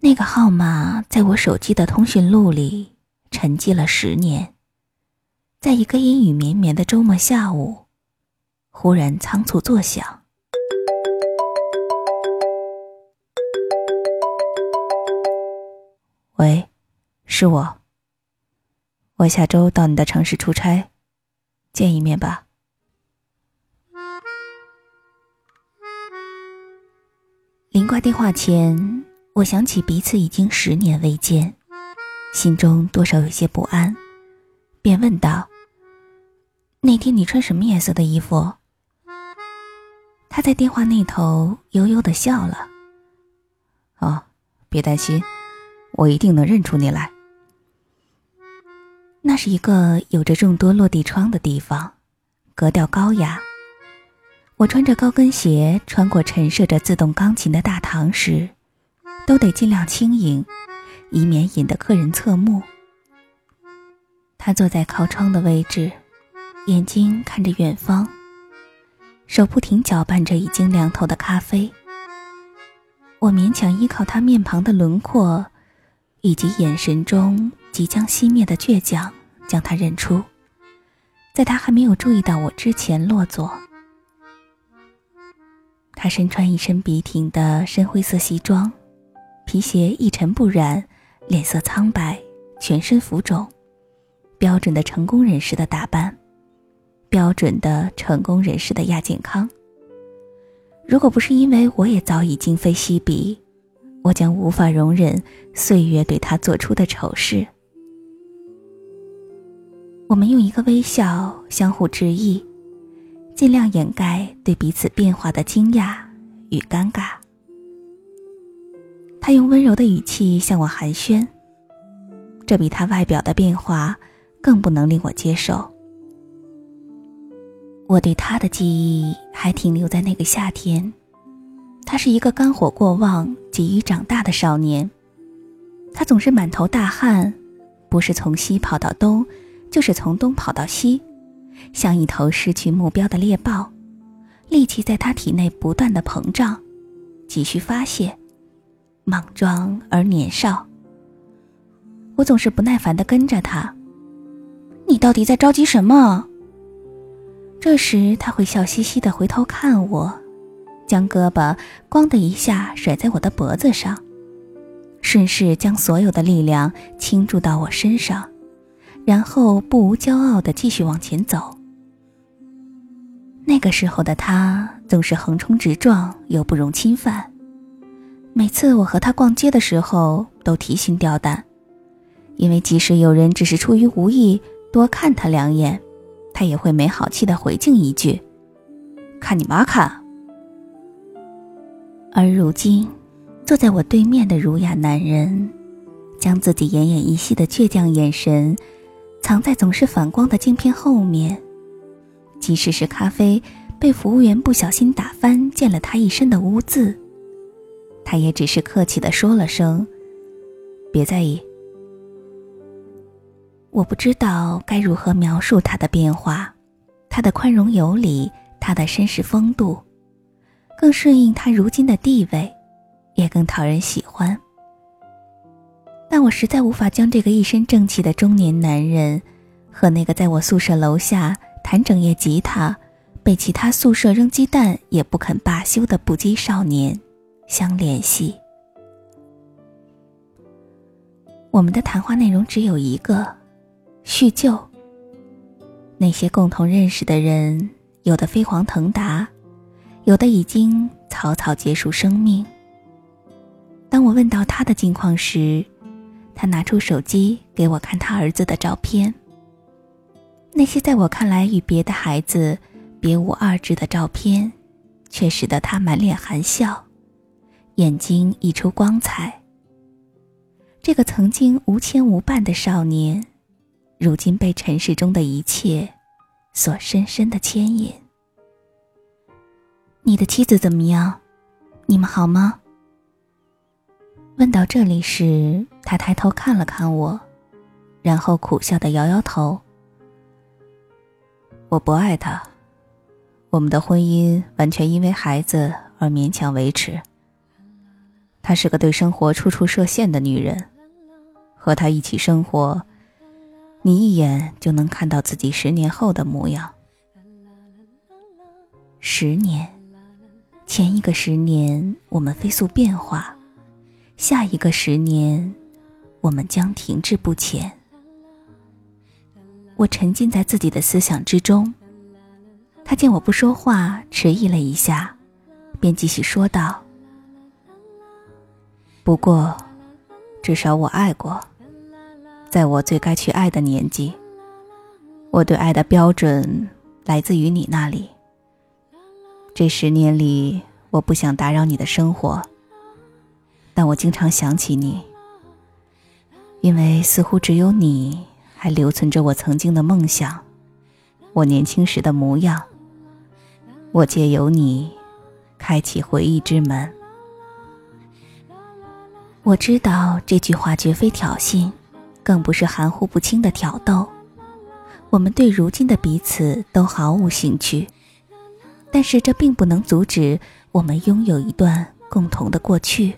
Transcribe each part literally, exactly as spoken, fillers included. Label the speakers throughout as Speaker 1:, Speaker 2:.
Speaker 1: 那个号码在我手机的通讯录里沉寂了十年，在一个阴雨绵绵的周末下午，忽然仓促作响。喂，是我。我下周到你的城市出差，见一面吧。临挂电话前，我想起彼此已经十年未见，心中多少有些不安，便问道：那天你穿什么颜色的衣服？他在电话那头悠悠地笑了。哦，别担心，我一定能认出你来。那是一个有着众多落地窗的地方，格调高雅。我穿着高跟鞋穿过陈设着自动钢琴的大堂时，都得尽量轻盈，以免引得客人侧目。他坐在靠窗的位置，眼睛看着远方，手不停搅拌着已经凉透的咖啡。我勉强依靠他面庞的轮廓以及眼神中即将熄灭的倔强，将他认出，在他还没有注意到我之前落座。他身穿一身笔挺的深灰色西装，皮鞋一尘不染，脸色苍白，全身浮肿，标准的成功人士的打扮，标准的成功人士的亚健康。如果不是因为我也早已今非昔比，我将无法容忍岁月对他做出的丑事。我们用一个微笑相互致意，尽量掩盖对彼此变化的惊讶与尴尬。他用温柔的语气向我寒暄，这比他外表的变化更不能令我接受。我对他的记忆还停留在那个夏天，他是一个肝火过旺、急于长大的少年。他总是满头大汗，不是从西跑到东，就是从东跑到西，像一头失去目标的猎豹，力气在他体内不断的膨胀，急需发泄，莽撞而年少。我总是不耐烦地跟着他，你到底在着急什么？这时他会笑嘻嘻地回头看我，将胳膊咣的一下甩在我的脖子上，顺势将所有的力量倾注到我身上，然后不无骄傲地继续往前走。那个时候的他总是横冲直撞又不容侵犯，每次我和他逛街的时候都提心吊胆，因为即使有人只是出于无意多看他两眼，他也会没好气地回敬一句：看你妈看。而如今坐在我对面的儒雅男人，将自己奄奄一息的倔强眼神藏在总是反光的镜片后面，即使是咖啡被服务员不小心打翻溅了他一身的污渍，他也只是客气地说了声别在意。我不知道该如何描述他的变化，他的宽容有礼，他的绅士风度，更顺应他如今的地位，也更讨人喜欢。但我实在无法将这个一身正气的中年男人和那个在我宿舍楼下弹整夜吉他，被其他宿舍扔鸡蛋也不肯罢休的不羁少年相联系。我们的谈话内容只有一个：叙旧。那些共同认识的人，有的飞黄腾达，有的已经草草结束生命。当我问到他的近况时，他拿出手机给我看他儿子的照片。那些在我看来与别的孩子别无二致的照片，却使得他满脸含笑，眼睛溢出光彩。这个曾经无牵无绊的少年，如今被尘世中的一切所深深的牵引。你的妻子怎么样？你们好吗？问到这里时，他抬头看了看我，然后苦笑地摇摇头。我不爱他，我们的婚姻完全因为孩子而勉强维持。 她是个对生活处处设限的女人，和她一起生活，你一眼就能看到自己十年后的模样。十年，前一个十年我们飞速变化，下一个十年我们将停滞不前。我沉浸在自己的思想之中，他见我不说话，迟疑了一下，便继续说道：不过至少我爱过，在我最该去爱的年纪，我对爱的标准来自于你那里。这十年里，我不想打扰你的生活，但我经常想起你，因为似乎只有你还留存着我曾经的梦想，我年轻时的模样。我借由你开启回忆之门。我知道这句话绝非挑衅，更不是含糊不清的挑逗。我们对如今的彼此都毫无兴趣，但是这并不能阻止我们拥有一段共同的过去。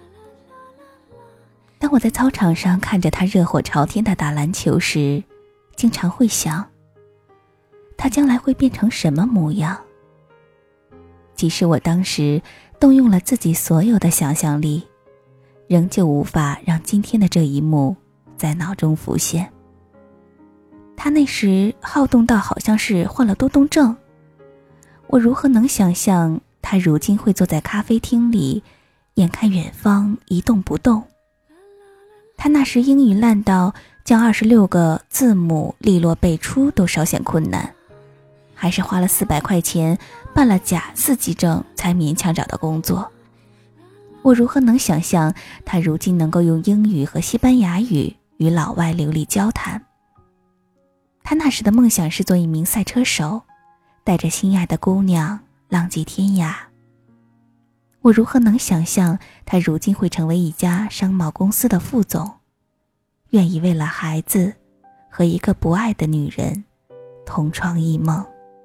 Speaker 1: 当我在操场上看着他热火朝天的打篮球时，经常会想，他将来会变成什么模样？即使我当时动用了自己所有的想象力，仍旧无法让今天的这一幕在脑中浮现。他那时好动到好像是患了多动症，我如何能想象他如今会坐在咖啡厅里，眼看远方一动不动？他那时英语烂到将二十六个字母利落背出都稍显困难，还是花了四百块钱办了假四级证才勉强找到工作。我如何能想象他如今能够用英语和西班牙语与老外流利交谈？他那时的梦想是做一名赛车手，带着心爱的姑娘浪迹天涯。我如何能想象他如今会成为一家商贸公司的副总，愿意为了孩子和一个不爱的女人同床异梦？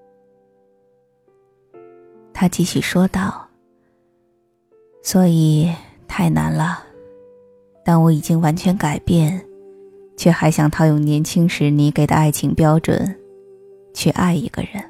Speaker 1: 他继续说道：所以太难了，但我已经完全改变，却还想套用年轻时你给的爱情标准去爱一个人。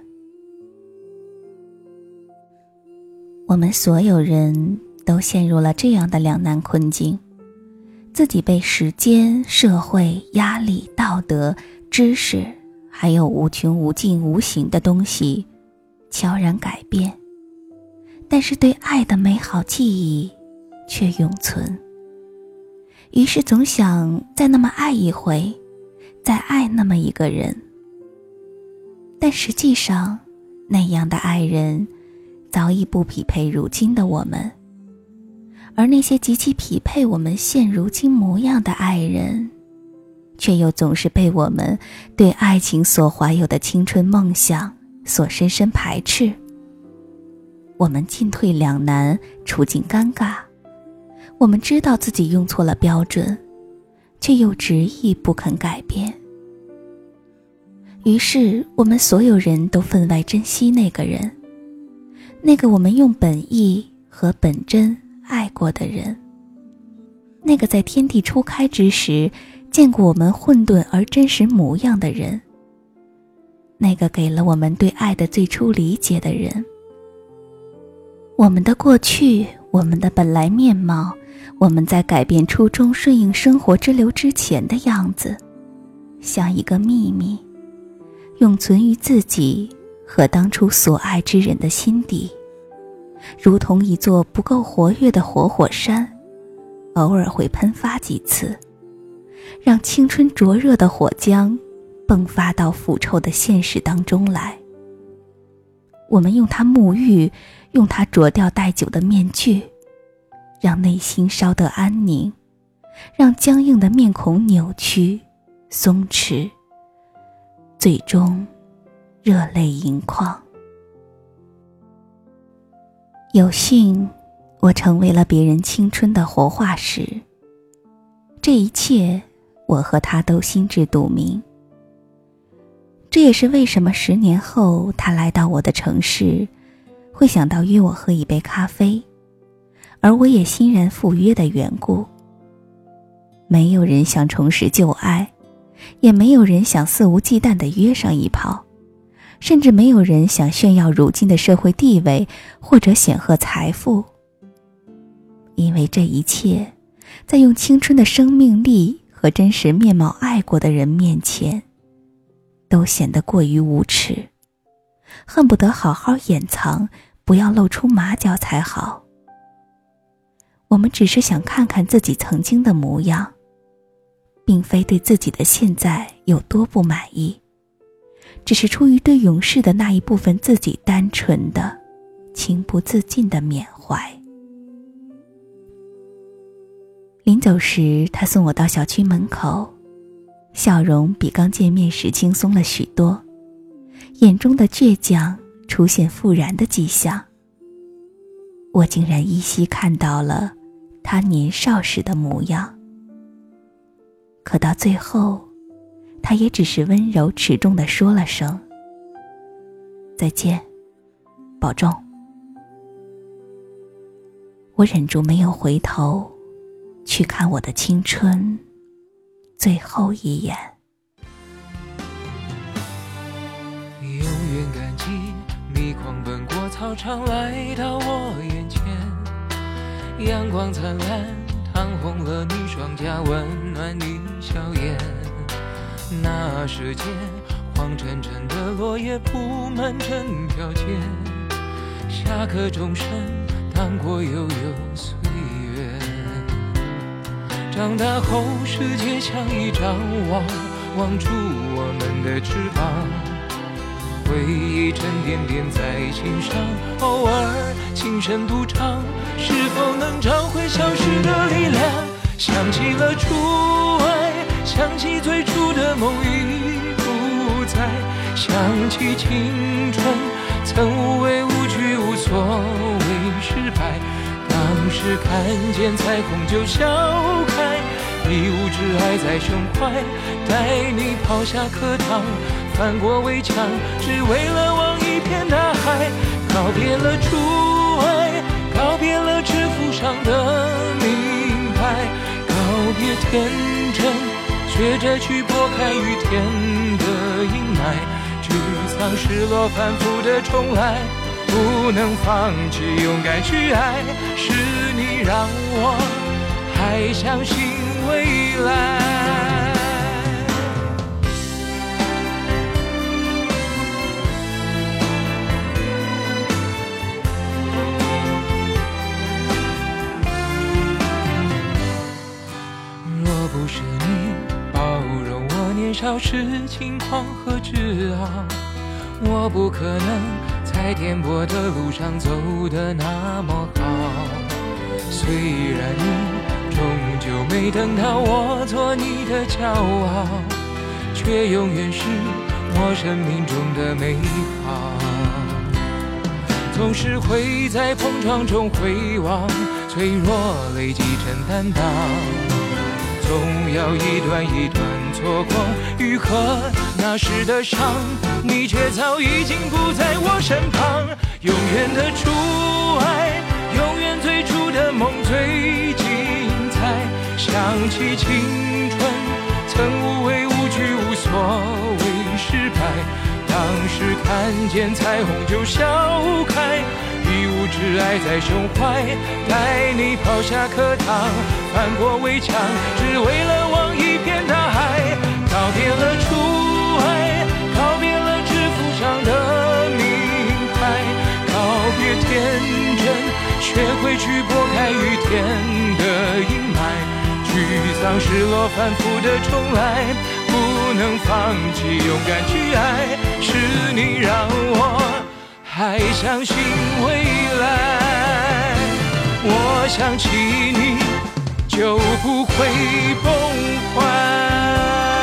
Speaker 1: 我们所有人都陷入了这样的两难困境，自己被时间、社会、压力、道德、知识，还有无穷无尽无形的东西悄然改变，但是对爱的美好记忆却永存。于是总想再那么爱一回，再爱那么一个人，但实际上那样的爱人早已不匹配如今的我们，而那些极其匹配我们现如今模样的爱人，却又总是被我们对爱情所怀有的青春梦想所深深排斥。我们进退两难，处境尴尬。我们知道自己用错了标准，却又执意不肯改变。于是我们所有人都分外珍惜那个人，那个我们用本意和本真爱过的人，那个在天地初开之时见过我们混沌而真实模样的人，那个给了我们对爱的最初理解的人。我们的过去，我们的本来面貌，我们在改变初衷顺应生活之流之前的样子，像一个秘密，永存于自己和当初所爱之人的心底，如同一座不够活跃的活火山，偶尔会喷发几次，让青春灼热的火浆迸发到腐臭的现实当中来。我们用它沐浴，用它啄掉带酒的面具，让内心稍得安宁，让僵硬的面孔扭曲松弛，最终热泪盈眶。有幸我成为了别人青春的活化石，这一切我和他都心知肚明。这也是为什么十年后他来到我的城市，会想到约我喝一杯咖啡， 而我也欣然赴约的缘故。没有人想重拾旧爱，也没有人想肆无忌惮地约上一炮，甚至没有人想炫耀如今的社会地位或者显赫财富。因为这一切，在用青春的生命力和真实面貌爱过的人面前，都显得过于无耻，恨不得好好掩藏，不要露出马脚才好。我们只是想看看自己曾经的模样，并非对自己的现在有多不满意，只是出于对永世的那一部分自己单纯的、情不自禁的缅怀。临走时，他送我到小区门口，笑容比刚见面时轻松了许多，眼中的倔强出现复燃的迹象。我竟然依稀看到了他年少时的模样。可到最后，他也只是温柔持重地说了声再见，保重。我忍住没有回头去看我的青春最后一眼。
Speaker 2: 永远感激你狂奔过操场来到我眼前，阳光灿烂烫红了你双颊，温暖你笑颜。那时间黄澄澄的落叶铺满整条街，下课钟声荡过悠悠岁月。长大后世界像一张网，网住我们的翅膀，回忆沉甸甸在心上，偶尔轻声独唱，是否能找回消失的力量？想起了初爱，想起最初的梦已不在，想起青春曾无畏无惧，无所谓失败。当时看见彩虹就笑开，一无挚爱在胸怀，带你跑下课堂，翻过围墙，只为了望一片大海。告别了初爱，告别了制服上的名牌，告别天真，学着去拨开雨天的阴霾。沮丧失落反复的重来，不能放弃，勇敢去爱，是你让我还相信未来。若不是你包容我年少时轻狂和自傲，我不可能在颠簸的路上走得那么好。虽然你终究没等到我做你的骄傲，却永远是我生命中的美好。总是会在碰撞中回望，脆弱累积成担当，总要一段一段错过愈合那时的伤，你却早已经不在我身旁。永远的初爱，永远最初的梦最精彩，想起青春曾无畏无惧，无所谓失败。当时看见彩虹就笑开，一无挚爱在胸怀，带你跑下课堂，翻过围墙，只为了望一片大海。告别了初爱，告别了制服上的名牌，告别天真，学会去拨开雨天的阴霾。沮丧失落反复的重来，不能放弃，勇敢去爱，是你让我还相信未来。我想起你就不会崩坏。